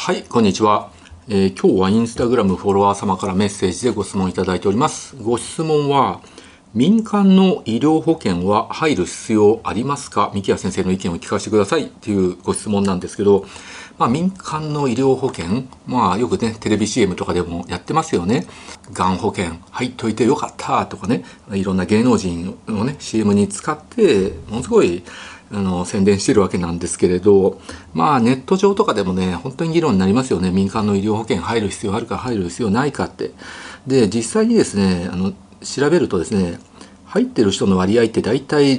はい、こんにちは。今日はインスタグラムフォロワー様からメッセージでご質問いただいております。ご質問は、民間の医療保険は入る必要ありますか？三木谷先生の意見を聞かせてくださいっていうご質問なんですけど、民間の医療保険、よくね、テレビ CM とかでもやってますよね。がん保険入っといてよかったとかね、いろんな芸能人をね、CM に使って、ものすごい宣伝してるわけなんですけれど、ネット上とかでもね、本当に議論になりますよね。民間の医療保険入る必要あるか入る必要ないかって。で、実際にですね、調べるとですね、入ってる人の割合って大体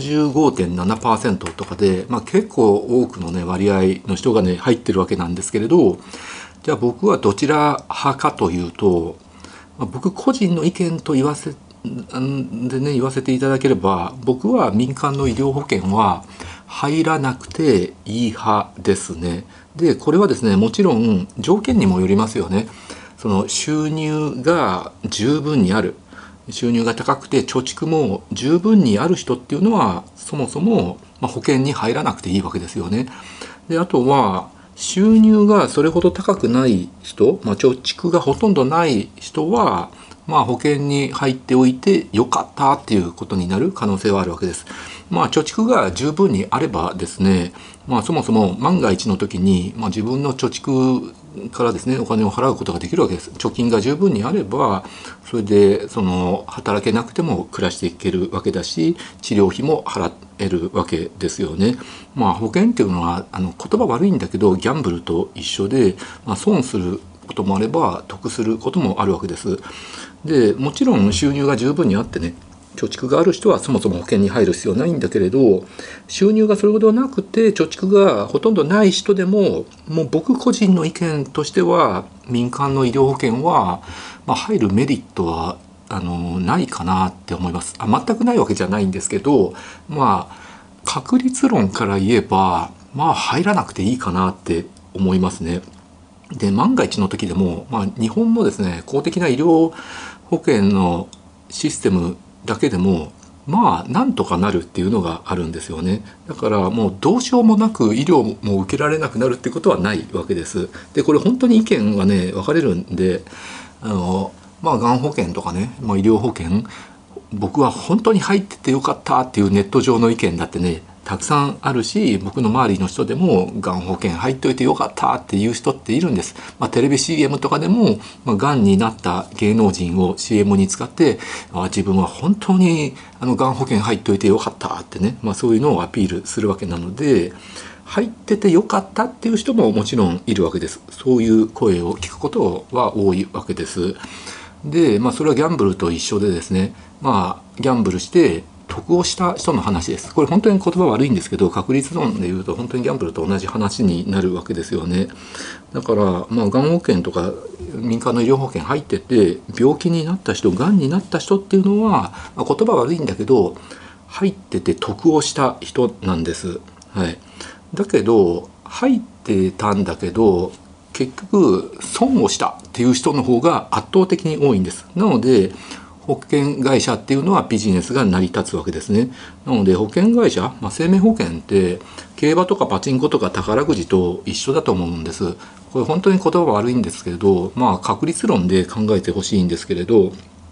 65.7% とかで、結構多くのね、割合の人がね、入ってるわけなんですけれど、じゃあ僕はどちら派かというと、僕個人の意見と言わせていただければ、僕は民間の医療保険は入らなくていい派ですね。で、これはですね、もちろん条件にもよりますよね。その収入が十分にある、収入が高くて貯蓄も十分にある人っていうのはそもそも保険に入らなくていいわけですよね。で、あとは収入がそれほど高くない人、貯蓄がほとんどない人は保険に入っておいてよかったっていうことになる可能性はあるわけです。貯蓄が十分にあればですね、そもそも万が一の時に、自分の貯蓄からですね、お金を払うことができるわけです。貯金が十分にあれば、それで働けなくても暮らしていけるわけだし、治療費も払えるわけですよね。保険っていうのは言葉悪いんだけどギャンブルと一緒で、損することもあれば得することもあるわけです。で、もちろん収入が十分にあってね、貯蓄がある人はそもそも保険に入る必要ないんだけれど、収入がそれほどなくて貯蓄がほとんどない人でも、もう僕個人の意見としては民間の医療保険は、入るメリットはないかなって思います。全くないわけじゃないんですけど、確率論から言えば入らなくていいかなって思いますね。で、万が一の時でも、日本のですね、公的な医療保険のシステムだけでもなんとかなるっていうのがあるんですよね。だからもうどうしようもなく医療も受けられなくなるってことはないわけです。で、これ本当に意見がね分かれるんで、がん保険とかね、医療保険、僕は本当に入っててよかったっていうネット上の意見だってねたくさんあるし、僕の周りの人でもがん保険入っておいてよかったっていう人っているんです。テレビ CM とかでも、がんになった芸能人を CM に使って、自分は本当にがん保険入っておいてよかったってね、そういうのをアピールするわけなので、入っててよかったっていう人ももちろんいるわけです。そういう声を聞くことは多いわけです。で、それはギャンブルと一緒でですね、ギャンブルして得をした人の話です。これ本当に言葉悪いんですけど、確率論で言うと本当にギャンブルと同じ話になるわけですよね。だからがん保険とか民間の医療保険入ってて病気になった人、がんになった人っていうのは、言葉悪いんだけど入ってて得をした人なんです。はい。だけど入ってたんだけど結局損をしたっていう人の方が圧倒的に多いんです。なので保険会社っていうのはビジネスが成り立つわけですね。なので保険会社、生命保険って競馬とかパチンコとか宝くじと一緒だと思うんです。これ本当に言葉悪いんですけれど、確率論で考えてほしいんですけれど、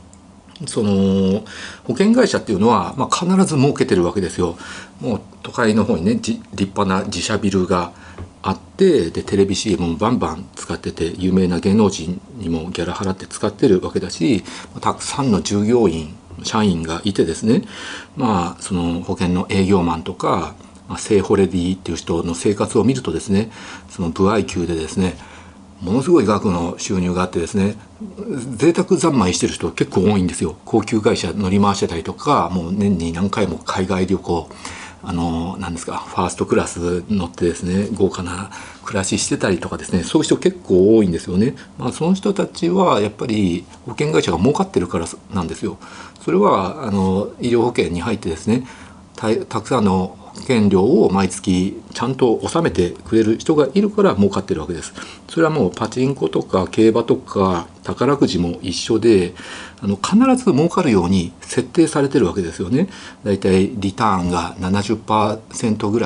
保険会社っていうのは、必ず儲けてるわけですよ。もう都会の方にね、立派な自社ビルがあって、でテレビ CM もバンバン使ってて、有名な芸能人にもギャラ払って使ってるわけだし、たくさんの従業員社員がいてですね、その保険の営業マンとかセイホレディっていう人の生活を見るとですね、その歩合給でですねものすごい額の収入があってですね、贅沢三昧してる人結構多いんですよ。高級会社乗り回してたりとか、もう年に何回も海外旅行、何ですか、ファーストクラス乗ってですね、豪華な暮らししてたりとかですね、そういう人結構多いんですよね。その人たちはやっぱり保険会社が儲かってるからなんですよ。それは医療保険に入ってですね、たくさんの保険料を毎月ちゃんと納めてくれる人がいるから儲かってるわけです。それはもうパチンコとか競馬とか宝くじも一緒で、必ず儲かるように設定されてるわけですよね。だいたいリターンが 70% ぐらいと。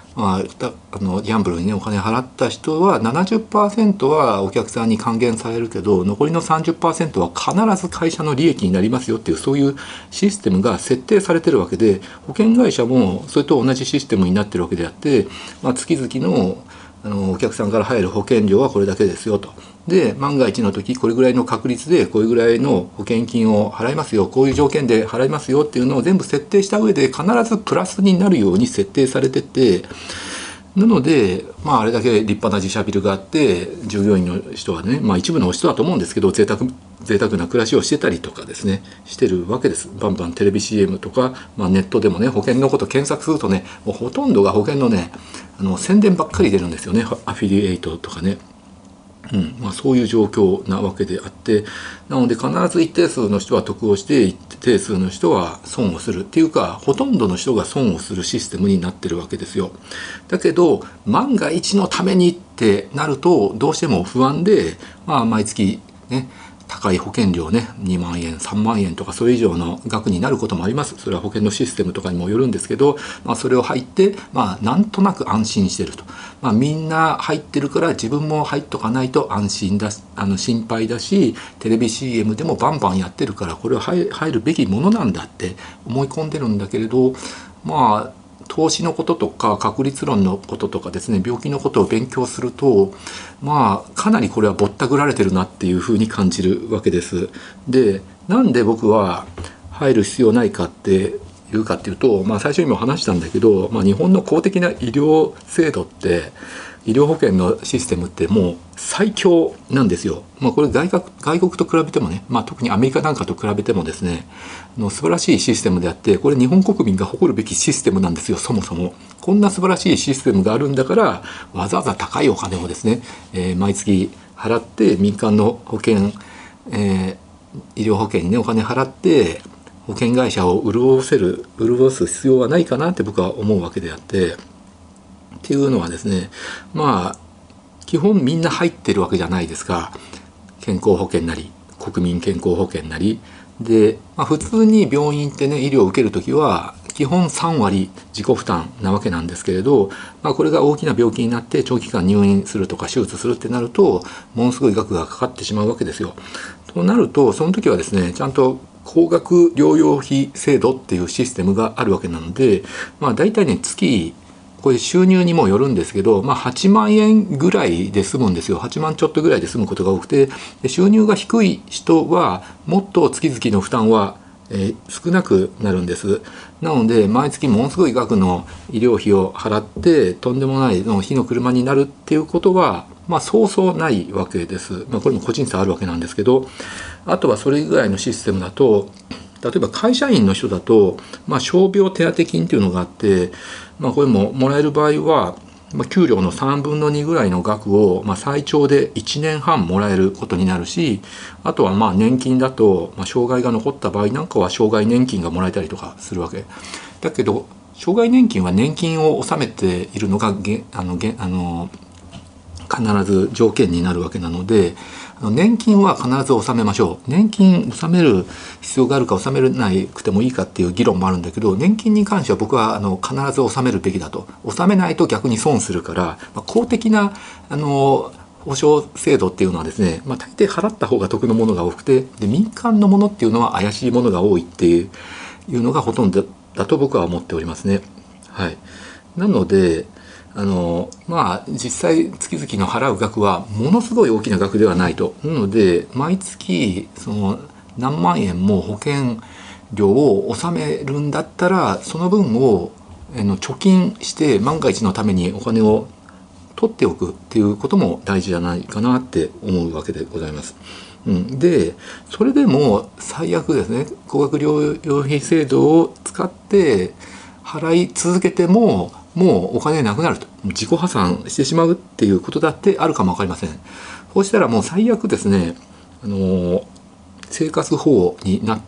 ギャンブルにねお金払った人は 70% はお客さんに還元されるけど、残りの 30% は必ず会社の利益になりますよっていう、そういうシステムが設定されてるわけで、保険会社もそれと同じシステムになってるわけであって、月々のお客さんから入る保険料はこれだけですよと。で万が一の時これぐらいの確率でこれぐらいの保険金を払いますよ、こういう条件で払いますよっていうのを全部設定した上で必ずプラスになるように設定されてて、なのであれだけ立派な自社ビルがあって従業員の人はね、一部の人だと思うんですけど贅沢な暮らしをしてたりとかですねしてるわけです。バンバンテレビ CM とか、ネットでもね保険のこと検索するとね、もうほとんどが保険のね宣伝ばっかり出るんですよね。アフィリエイトとかね。そういう状況なわけであって、なので必ず一定数の人は得をして一定数の人は損をするっていうか、ほとんどの人が損をするシステムになってるわけですよ。だけど万が一のためにってなるとどうしても不安で、毎月ね高い保険料ね2万円3万円とかそれ以上の額になることもあります。それは保険のシステムとかにもよるんですけど、それを入ってなんとなく安心してると、みんな入ってるから自分も入っとかないと安心だ心配だし、テレビ CM でもバンバンやってるからこれは入るべきものなんだって思い込んでるんだけれど、投資のこととか確率論のこととかですね、病気のことを勉強するとかなりこれはぼったくられてるなっていうふうに感じるわけです。でなんで僕は入る必要ないかっていうかっていうと、最初にも話したんだけど、日本の公的な医療制度って医療保険のシステムってもう最強なんですよ。これ外国と比べてもね、特にアメリカなんかと比べてもですね素晴らしいシステムであって、これ日本国民が誇るべきシステムなんですよ。そもそもこんな素晴らしいシステムがあるんだから、わざわざ高いお金をですね、毎月払って民間の保険、医療保険にねお金払って保険会社を潤す必要はないかなって僕は思うわけであって、っていうのはですね、基本みんな入ってるわけじゃないですか。健康保険なり国民健康保険なりで、普通に病院ってね医療を受けるときは基本3割自己負担なわけなんですけれど、これが大きな病気になって長期間入院するとか手術するってなるとものすごい額がかかってしまうわけですよ。となるとその時はですねちゃんと高額療養費制度っていうシステムがあるわけなので、大体ね月これ収入にもよるんですけど、8万円ぐらいで済むんですよ。8万ちょっとぐらいで済むことが多くて、収入が低い人はもっと月々の負担は少なくなるんです。なので毎月ものすごい額の医療費を払ってとんでもない火の車になるっていうことはそうそうないわけです。これも個人差あるわけなんですけど、あとはそれ以外のシステムだと、例えば会社員の人だと、傷病手当金っていうのがあって、これももらえる場合は、給料の3分の2ぐらいの額を、最長で1年半もらえることになるし、あとは年金だと、障害が残った場合なんかは障害年金がもらえたりとかするわけだけど、障害年金は年金を納めているのが必ず条件になるわけなので、年金は必ず納めましょう。年金納める必要があるか納めなくてもいいかっていう議論もあるんだけど、年金に関しては僕は必ず納めるべきだと。納めないと逆に損するから、公的な保障制度っていうのはですね、大抵払った方が得のものが多くて、で民間のものっていうのは怪しいものが多いっていうのがほとんどだと僕は思っておりますね。はい。なので実際月々の払う額はものすごい大きな額ではないと。なので毎月その何万円も保険料を納めるんだったら、その分を貯金して万が一のためにお金を取っておくっていうことも大事じゃないかなって思うわけでございます。でそれでも最悪ですね、高額療養費制度を使って払い続けてももうお金なくなると、自己破産してしまうっていうことだってあるかも分かりません。そうしたらもう最悪ですね、生活保護になって、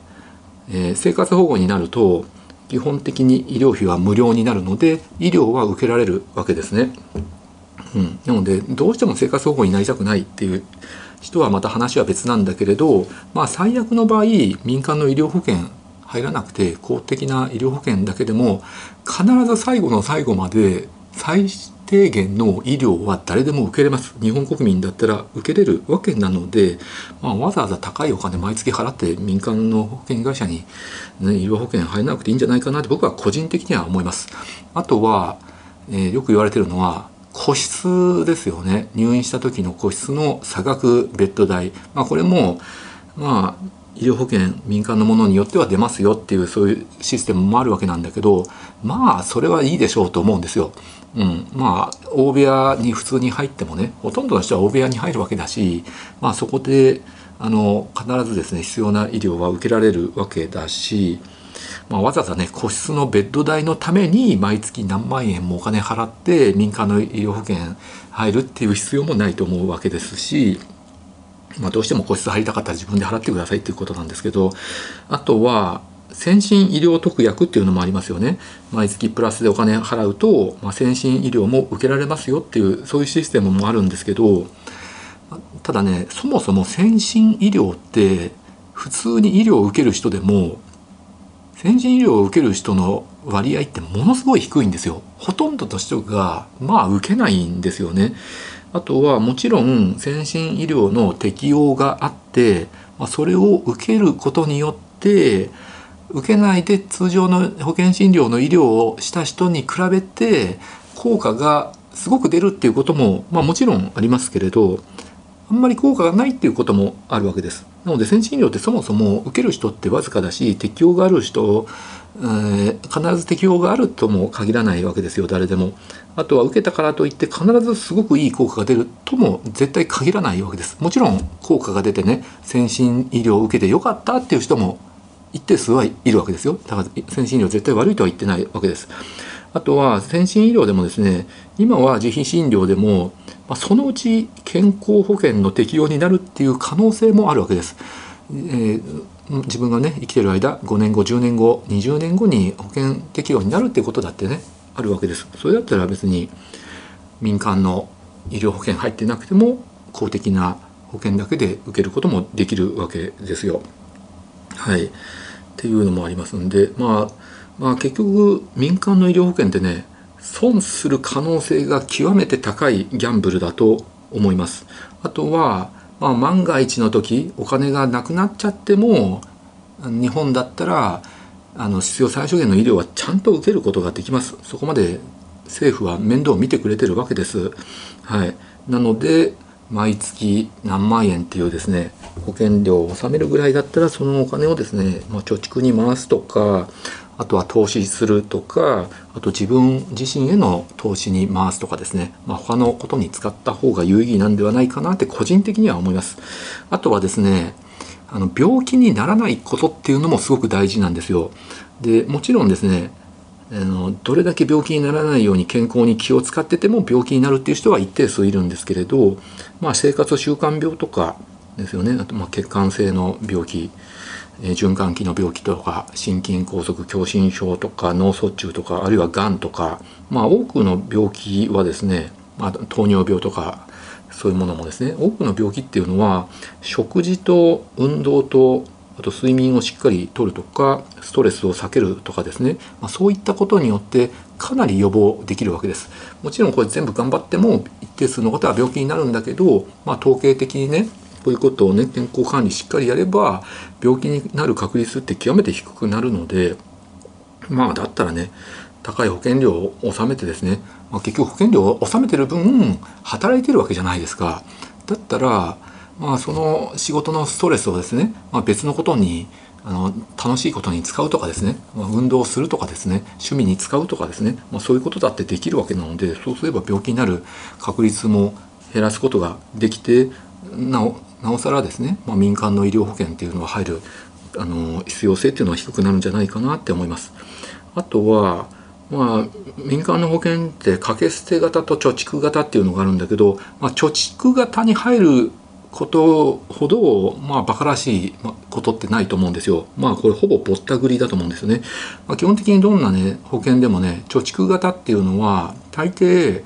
生活保護になると基本的に医療費は無料になるので医療は受けられるわけですね。なのでどうしても生活保護になりたくないっていう人はまた話は別なんだけれど、最悪の場合民間の医療保険入らなくて公的な医療保険だけでも必ず最後の最後まで最低限の医療は誰でも受けれます。日本国民だったら受けれるわけなので、わざわざ高いお金毎月払って民間の保険会社に、医療保険入らなくていいんじゃないかなって僕は個人的には思います。あとは、よく言われてるのは個室ですよね。入院した時の個室の差額ベッド代、これも医療保険民間のものによっては出ますよっていうそういうシステムもあるわけなんだけど、それはいいでしょうと思うんですよ。大部屋に普通に入ってもね、ほとんどの人は大部屋に入るわけだし、そこで必ずですね必要な医療は受けられるわけだし、わざわざね個室のベッド代のために毎月何万円もお金払って民間の医療保険入るっていう必要もないと思うわけですし、どうしても個室入りたかったら自分で払ってくださいっていうことなんですけど、あとは先進医療特約っていうのもありますよね。毎月プラスでお金払うと、先進医療も受けられますよっていうそういうシステムもあるんですけど、ただね、そもそも先進医療って普通に医療を受ける人でも先進医療を受ける人の割合ってものすごい低いんですよ。ほとんどの人が受けないんですよね。あとはもちろん先進医療の適用があって、それを受けることによって受けないで通常の保険診療の医療をした人に比べて効果がすごく出るっていうことも、もちろんありますけれど、あんまり効果がないっていうこともあるわけです。なので先進医療ってそもそも受ける人ってわずかだし、適用がある人、必ず適用があるとも限らないわけですよ、誰でも。あとは受けたからといって必ずすごくいい効果が出るとも絶対限らないわけです。もちろん効果が出てね、先進医療を受けてよかったっていう人も一定数はいるわけですよ。だから先進医療絶対悪いとは言ってないわけです。あとは先進医療でもですね、今は自費診療でも、そのうち健康保険の適用になるっていう可能性もあるわけです。自分がね生きてる間5年後10年後20年後に保険適用になるっていうことだってねあるわけです。それだったら別に民間の医療保険入ってなくても公的な保険だけで受けることもできるわけですよ。はい、っていうのもありますんで、結局民間の医療保険ってね損する可能性が極めて高いギャンブルだと思います。あとは、万が一の時お金がなくなっちゃっても日本だったら必要最小限の医療はちゃんと受けることができます。そこまで政府は面倒を見てくれてるわけです。はい、なので毎月何万円っていうですね保険料を納めるぐらいだったらそのお金をですね、貯蓄に回すとか、あとは投資するとか、あと自分自身への投資に回すとかですね、他のことに使った方が有意義なんではないかなって個人的には思います。あとはですね、病気にならないことっていうのもすごく大事なんですよ。でもちろんですねどれだけ病気にならないように健康に気を使ってても病気になるっていう人は一定数いるんですけれど、生活習慣病とかですよね。あと血管性の病気、循環器の病気とか心筋梗塞狭心症とか脳卒中とかあるいはがんとか、多くの病気はですね、糖尿病とかそういうものもですね、多くの病気っていうのは食事と運動とあと睡眠をしっかりとるとかストレスを避けるとかですね、そういったことによってかなり予防できるわけです。もちろんこれ全部頑張っても一定数の方は病気になるんだけど、統計的にねこういうことをね健康管理しっかりやれば病気になる確率って極めて低くなるので、だったらね高い保険料を納めてですね、結局保険料を納めてる分働いてるわけじゃないですか。だったらその仕事のストレスをですね、別のことに楽しいことに使うとかですね、運動するとかですね、趣味に使うとかですね、そういうことだってできるわけなので、そうすれば病気になる確率も減らすことができて、なおさらですね、民間の医療保険っていうのが入る必要性っていうのは低くなるんじゃないかなって思います。あとは民間の保険って掛け捨て型と貯蓄型っていうのがあるんだけど、貯蓄型に入ることほどバカらしいことってないと思うんですよ。これほぼぼったくりだと思うんですよね。基本的にどんなね保険でもね貯蓄型っていうのは大抵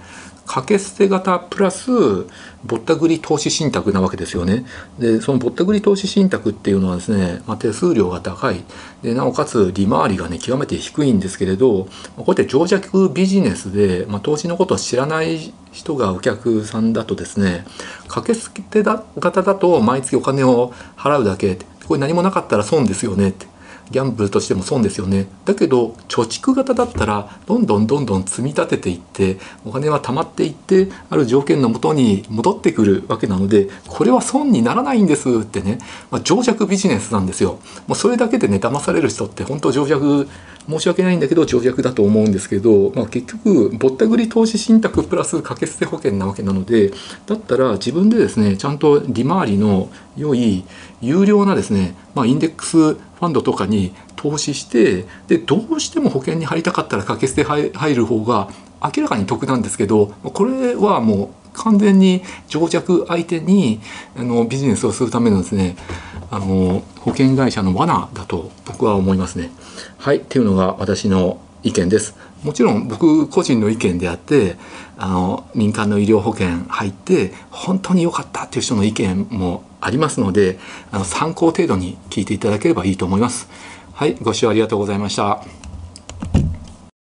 掛け捨て型プラスぼったくり投資信託なわけですよね。でそのぼったくり投資信託っていうのはですね、手数料が高いで、なおかつ利回りがね極めて低いんですけれど、こうやって情弱ビジネスで、投資のことを知らない人がお客さんだとですね、掛け捨て型だと毎月お金を払うだけ、これ何もなかったら損ですよねって、ギャンブルとしても損ですよね。だけど貯蓄型だったらどんどん積み立てていってお金は貯まっていって、ある条件のもとに戻ってくるわけなので、これは損にならないんですってね、情弱ビジネスなんですよ。もうそれだけでね騙される人って本当情弱、申し訳ないんだけど情弱だと思うんですけど、結局ぼったくり投資信託プラス掛け捨て保険なわけなので、だったら自分でですねちゃんと利回りの良い有料なですね、インデックスファンドとかに投資して、でどうしても保険に入りたかったら掛け捨て入る方が明らかに得なんですけど、これはもう完全に情弱相手にビジネスをするためのですね保険会社の罠だと僕は思いますね。はい、っていうのが私の意見です。もちろん僕個人の意見であって、民間の医療保険入って本当に良かったっていう人の意見もありますので、参考程度に聞いていただければいいと思います。はい、ご視聴ありがとうございました。